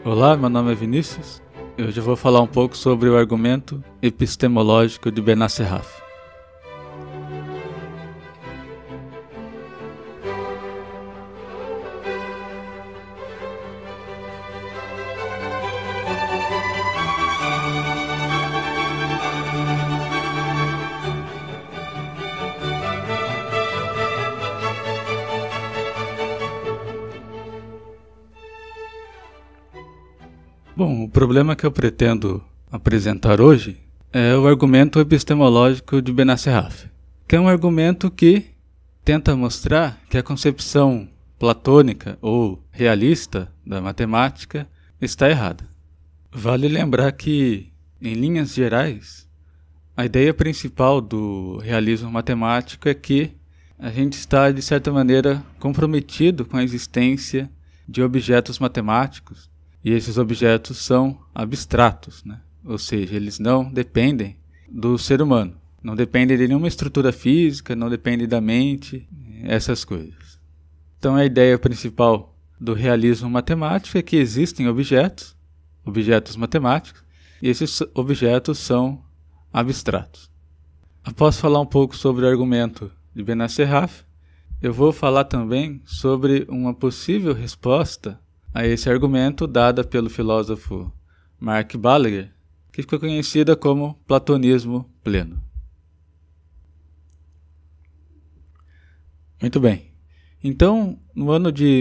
Olá, meu nome é Vinícius. Hoje eu vou falar um pouco sobre o argumento epistemológico de Benacerraf. Bom, o problema que eu pretendo apresentar hoje é o argumento epistemológico de Benacerraf, que é um argumento que tenta mostrar que a concepção platônica ou realista da matemática está errada. Vale lembrar que, em linhas gerais, a ideia principal do realismo matemático é que a gente está, de certa maneira, comprometido com a existência de objetos matemáticos. E esses objetos são abstratos, né? Ou seja, eles não dependem do ser humano, não dependem de nenhuma estrutura física, não dependem da mente, essas coisas. Então a ideia principal do realismo matemático é que existem objetos matemáticos, e esses objetos são abstratos. Após falar um pouco sobre o argumento de Benacerraf, eu vou falar também sobre uma possível resposta a esse argumento dada pelo filósofo Mark Balaguer, que ficou conhecida como platonismo pleno. Muito bem. Então, no ano de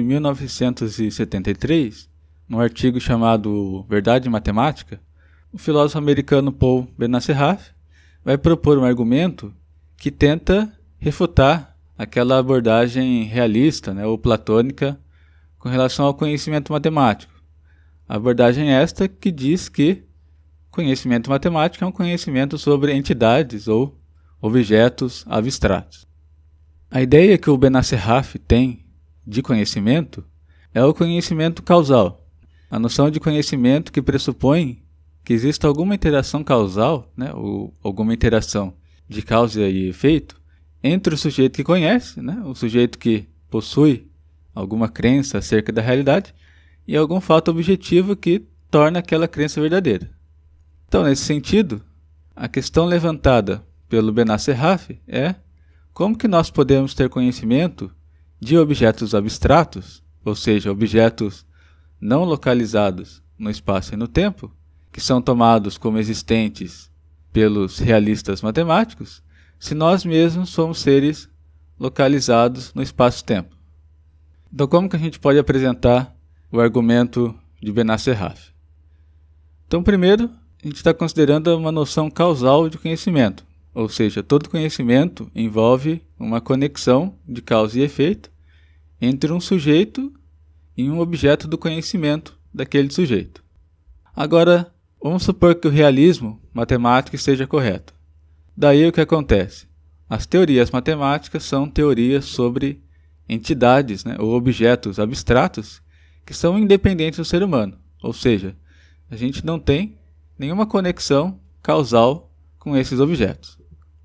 1973, num artigo chamado Verdade Matemática, o filósofo americano Paul Benacerraf vai propor um argumento que tenta refutar aquela abordagem realista, ou platônica, com relação ao conhecimento matemático. A abordagem é esta que diz que conhecimento matemático é um conhecimento sobre entidades ou objetos abstratos. A ideia que o Benacerraf tem de conhecimento é o conhecimento causal. A noção de conhecimento que pressupõe que exista alguma interação causal, ou alguma interação de causa e efeito, entre o sujeito que conhece, o sujeito que possui alguma crença acerca da realidade e algum fato objetivo que torna aquela crença verdadeira. Então, nesse sentido, a questão levantada pelo Benacerraf é como que nós podemos ter conhecimento de objetos abstratos, ou seja, objetos não localizados no espaço e no tempo, que são tomados como existentes pelos realistas matemáticos, se nós mesmos somos seres localizados no espaço-tempo. Então, como que a gente pode apresentar o argumento de Benacerraf? Então, primeiro, a gente está considerando uma noção causal de conhecimento, ou seja, todo conhecimento envolve uma conexão de causa e efeito entre um sujeito e um objeto do conhecimento daquele sujeito. Agora, vamos supor que o realismo matemático esteja correto. Daí o que acontece? As teorias matemáticas são teorias sobre entidades, ou objetos abstratos que são independentes do ser humano. Ou seja, a gente não tem nenhuma conexão causal com esses objetos.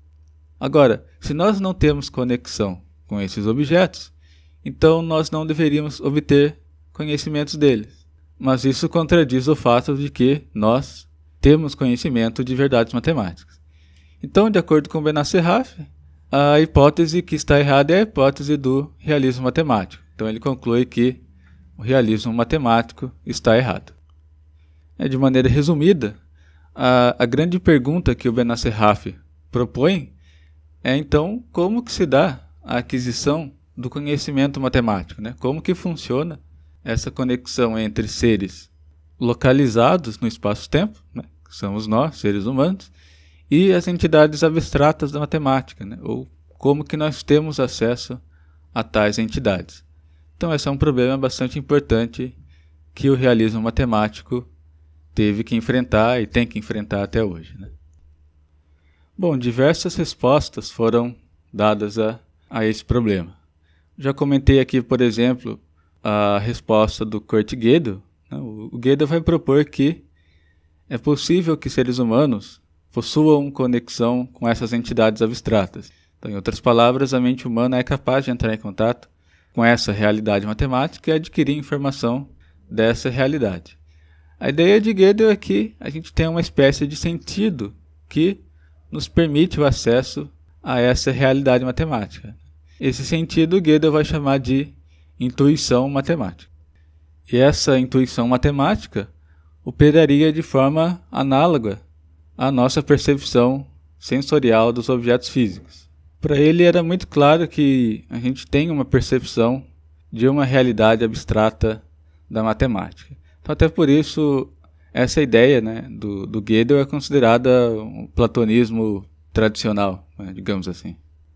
Agora, se nós não temos conexão com esses objetos, então nós não deveríamos obter conhecimentos deles. Mas isso contradiz o fato de que nós temos conhecimento de verdades matemáticas. Então, de acordo com Benacerraf, a hipótese que está errada é a hipótese do realismo matemático. Então ele conclui que o realismo matemático está errado. De maneira resumida, a grande pergunta que o Benacerraf propõe é então como que se dá a aquisição do conhecimento matemático, Como que funciona essa conexão entre seres localizados no espaço-tempo, que somos nós, seres humanos, e as entidades abstratas da matemática, ou como que nós temos acesso a tais entidades. Então esse é um problema bastante importante que o realismo matemático teve que enfrentar e tem que enfrentar até hoje. Bom, diversas respostas foram dadas a esse problema. Já comentei aqui, por exemplo, a resposta do Kurt Gödel. O Gödel vai propor que é possível que seres humanos possuam conexão com essas entidades abstratas. Então, em outras palavras, a mente humana é capaz de entrar em contato com essa realidade matemática e adquirir informação dessa realidade. A ideia de Gödel é que a gente tem uma espécie de sentido que nos permite o acesso a essa realidade matemática. Esse sentido Gödel vai chamar de intuição matemática. E essa intuição matemática operaria de forma análoga à nossa percepção sensorial dos objetos físicos. Para ele era muito claro que a gente tem uma percepção de uma realidade abstrata da matemática. Então, até por isso, essa ideia, né, do Gödel é considerada um platonismo tradicional, né, digamos assim.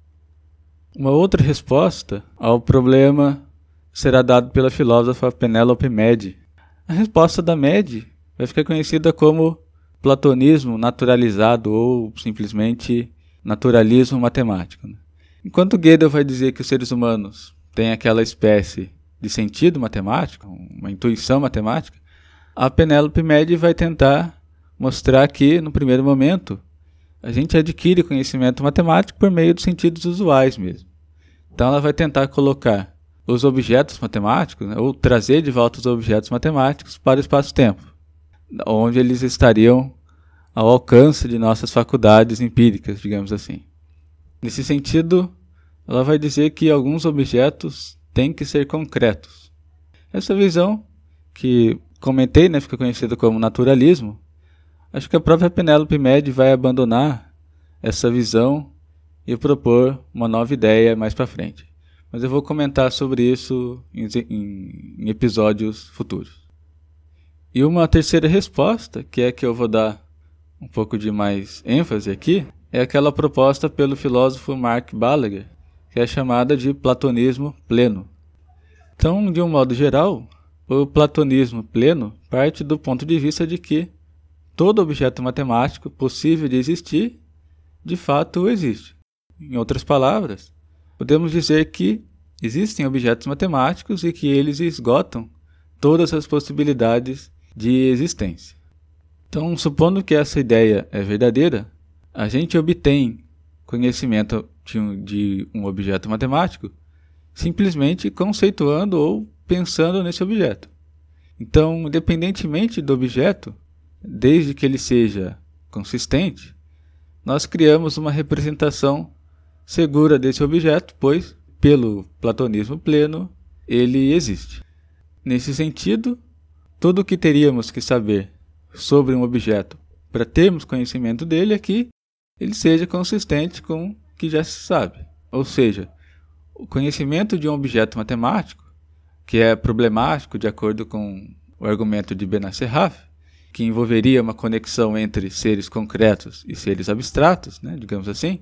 Uma outra resposta ao problema será dada pela filósofa Penélope Mede. A resposta da Mede vai ficar conhecida como platonismo naturalizado ou simplesmente naturalismo matemático. Enquanto Gödel vai dizer que os seres humanos têm aquela espécie de sentido matemático, uma intuição matemática, a Penélope Mede vai tentar mostrar que, no primeiro momento, a gente adquire conhecimento matemático por meio dos sentidos usuais mesmo. Então ela vai tentar colocar os objetos matemáticos, né, ou trazer de volta os objetos matemáticos para o espaço-tempo, onde eles estariam ao alcance de nossas faculdades empíricas, digamos assim. Nesse sentido, ela vai dizer que alguns objetos têm que ser concretos. Essa visão, que comentei, né, fica conhecida como naturalismo, acho que a própria Penélope Mede vai abandonar essa visão e propor uma nova ideia mais para frente. Mas eu vou comentar sobre isso em episódios futuros. E uma terceira resposta, que é que eu vou dar um pouco de mais ênfase aqui, é aquela proposta pelo filósofo Mark Balaguer, que é chamada de platonismo pleno. Então, de um modo geral, o platonismo pleno parte do ponto de vista de que todo objeto matemático possível de existir, de fato existe. Em outras palavras, podemos dizer que existem objetos matemáticos e que eles esgotam todas as possibilidades de existência. Então, supondo que essa ideia é verdadeira, a gente obtém conhecimento de um objeto matemático simplesmente conceituando ou pensando nesse objeto. Então, independentemente do objeto, desde que ele seja consistente, nós criamos uma representação segura desse objeto, pois, pelo platonismo pleno, ele existe. Nesse sentido, tudo o que teríamos que saber sobre um objeto para termos conhecimento dele é que ele seja consistente com o que já se sabe. Ou seja, o conhecimento de um objeto matemático, que é problemático de acordo com o argumento de Benacerraf, que envolveria uma conexão entre seres concretos e seres abstratos, né, digamos assim,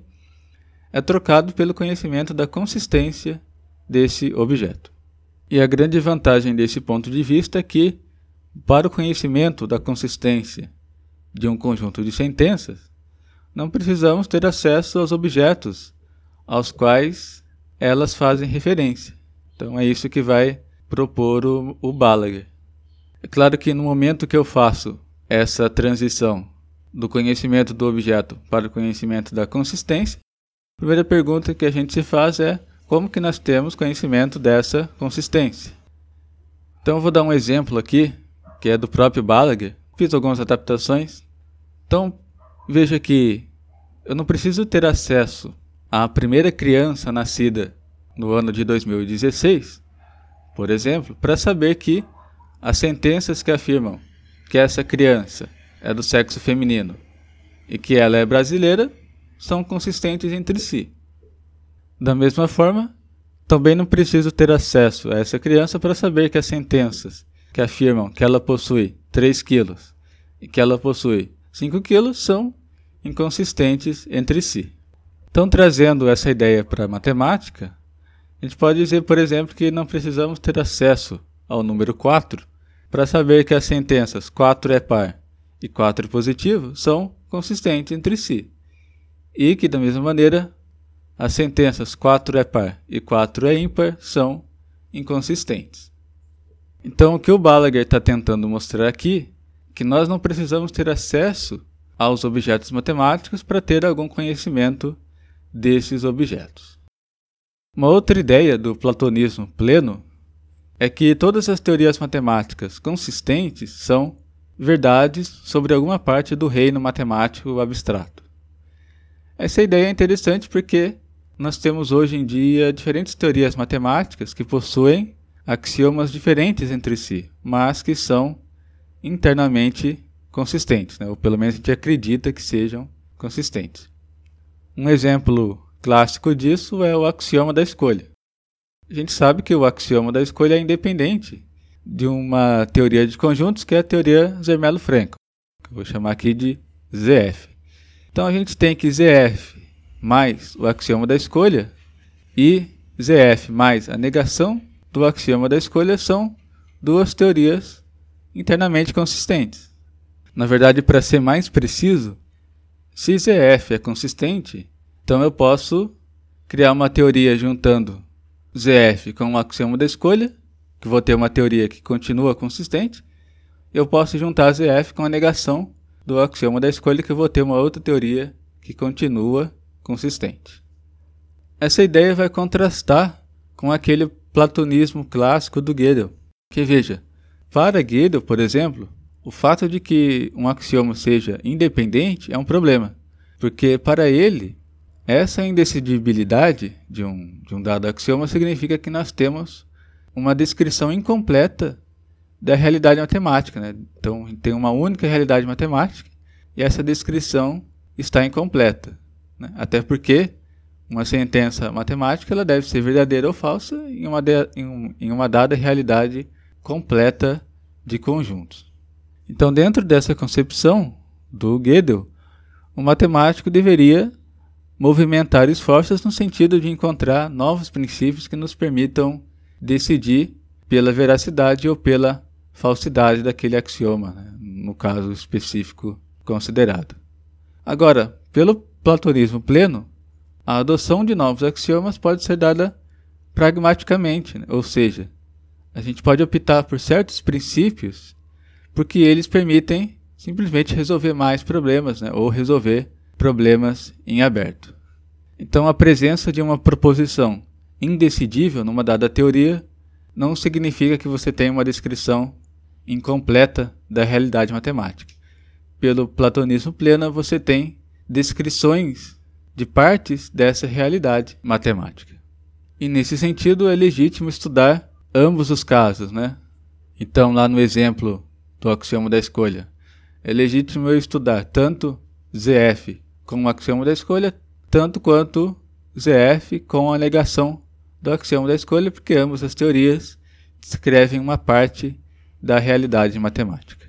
é trocado pelo conhecimento da consistência desse objeto. E a grande vantagem desse ponto de vista é que, para o conhecimento da consistência de um conjunto de sentenças, não precisamos ter acesso aos objetos aos quais elas fazem referência. Então é isso que vai propor o Balaguer. É claro que no momento que eu faço essa transição do conhecimento do objeto para o conhecimento da consistência, a primeira pergunta que a gente se faz é como que nós temos conhecimento dessa consistência. Então eu vou dar um exemplo aqui, que é do próprio Balaguer. Fiz algumas adaptações. Então veja que eu não preciso ter acesso à primeira criança nascida no ano de 2016, por exemplo, para saber que as sentenças que afirmam que essa criança é do sexo feminino e que ela é brasileira são consistentes entre si. Da mesma forma, também não preciso ter acesso a essa criança para saber que as sentenças que afirmam que ela possui 3 quilos e que ela possui 5 quilos são inconsistentes entre si. Então, trazendo essa ideia para a matemática, a gente pode dizer, por exemplo, que não precisamos ter acesso ao número 4 para saber que as sentenças 4 é par e 4 é positivo são consistentes entre si. E que, da mesma maneira, as sentenças 4 é par e 4 é ímpar são inconsistentes. Então, o que o Balaguer está tentando mostrar aqui é que nós não precisamos ter acesso aos objetos matemáticos para ter algum conhecimento desses objetos. Uma outra ideia do platonismo pleno é que todas as teorias matemáticas consistentes são verdades sobre alguma parte do reino matemático abstrato. Essa ideia é interessante porque nós temos hoje em dia diferentes teorias matemáticas que possuem axiomas diferentes entre si, mas que são internamente consistentes, né? Ou pelo menos a gente acredita que sejam consistentes. Um exemplo clássico disso é o axioma da escolha. A gente sabe que o axioma da escolha é independente de uma teoria de conjuntos, que é a teoria Zermelo-Fraenkel, que eu vou chamar aqui de ZF. Então a gente tem que ZF mais o axioma da escolha e ZF mais a negação do axioma da escolha são duas teorias internamente consistentes. Na verdade, para ser mais preciso, se ZF é consistente, então eu posso criar uma teoria juntando ZF com o axioma da escolha, que vou ter uma teoria que continua consistente. Eu posso juntar ZF com a negação do axioma da escolha, que eu vou ter uma outra teoria que continua consistente. Essa ideia vai contrastar com aquele platonismo clássico do Gödel, que veja, para Gödel, por exemplo, o fato de que um axioma seja independente é um problema, porque para ele, essa indecidibilidade de um dado axioma significa que nós temos uma descrição incompleta da realidade matemática, né? Então, tem uma única realidade matemática e essa descrição está incompleta, né? Até porque uma sentença matemática ela deve ser verdadeira ou falsa em uma dada realidade completa de conjuntos. Então, dentro dessa concepção do Gödel, o matemático deveria movimentar esforços no sentido de encontrar novos princípios que nos permitam decidir pela veracidade ou pela falsidade daquele axioma, né? No caso específico considerado. Agora, pelo platonismo pleno, a adoção de novos axiomas pode ser dada pragmaticamente, né? Ou seja, a gente pode optar por certos princípios porque eles permitem simplesmente resolver mais problemas, né? Ou resolver problemas em aberto. Então, a presença de uma proposição indecidível numa dada teoria não significa que você tenha uma descrição incompleta da realidade matemática. Pelo platonismo pleno, você tem descrições de partes dessa realidade matemática. E nesse sentido, é legítimo estudar ambos os casos, né? Então, lá no exemplo do axioma da escolha, é legítimo eu estudar tanto ZF com o axioma da escolha, tanto quanto ZF com a negação do axioma da escolha, porque ambas as teorias descrevem uma parte da realidade matemática.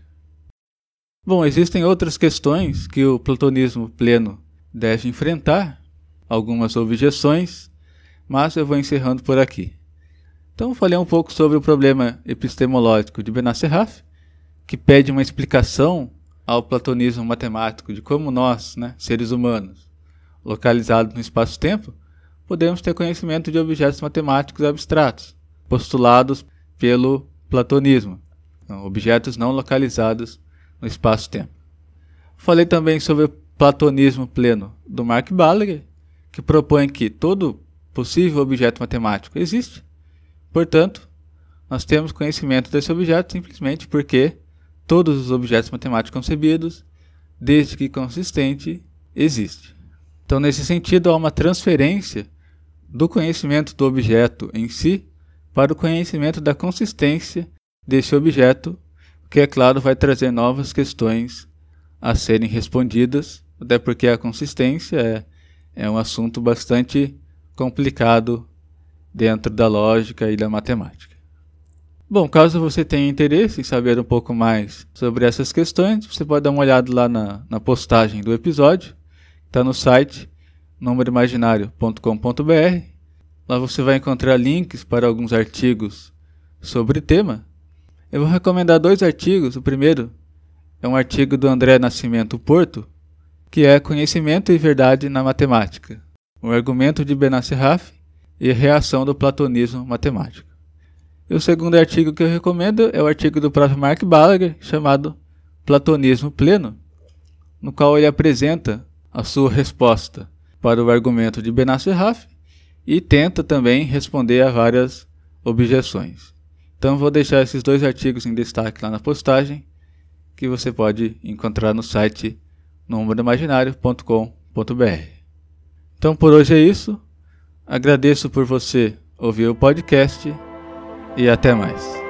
Bom, existem outras questões que o platonismo pleno deve enfrentar, algumas objeções, mas eu vou encerrando por aqui. Então, eu falei um pouco sobre o problema epistemológico de Benacerraf, que pede uma explicação ao platonismo matemático de como nós, né, seres humanos, localizados no espaço-tempo, podemos ter conhecimento de objetos matemáticos abstratos, postulados pelo platonismo, então, objetos não localizados no espaço-tempo. Falei também sobre o platonismo pleno do Mark Balaguer, que propõe que todo possível objeto matemático existe, portanto, nós temos conhecimento desse objeto simplesmente porque todos os objetos matemáticos concebidos, desde que consistente, existem. Então, nesse sentido, há uma transferência do conhecimento do objeto em si para o conhecimento da consistência desse objeto, o que, é claro, vai trazer novas questões a serem respondidas, até porque a consistência é um assunto bastante complicado dentro da lógica e da matemática. Bom, caso você tenha interesse em saber um pouco mais sobre essas questões, você pode dar uma olhada lá na postagem do episódio, está no site numeroimaginário.com.br. Lá você vai encontrar links para alguns artigos sobre o tema. Eu vou recomendar 2 artigos. O primeiro é um artigo do André Nascimento Porto, que é Conhecimento e Verdade na Matemática, o argumento de Benacerraf e a reação do platonismo matemático. E o segundo artigo que eu recomendo é o artigo do próprio Mark Balaguer, chamado Platonismo Pleno, no qual ele apresenta a sua resposta para o argumento de Benacerraf e tenta também responder a várias objeções. Então vou deixar esses 2 artigos em destaque lá na postagem que você pode encontrar no site numanoimaginario.com.br. Então por hoje é isso. Agradeço por você ouvir o podcast e até mais.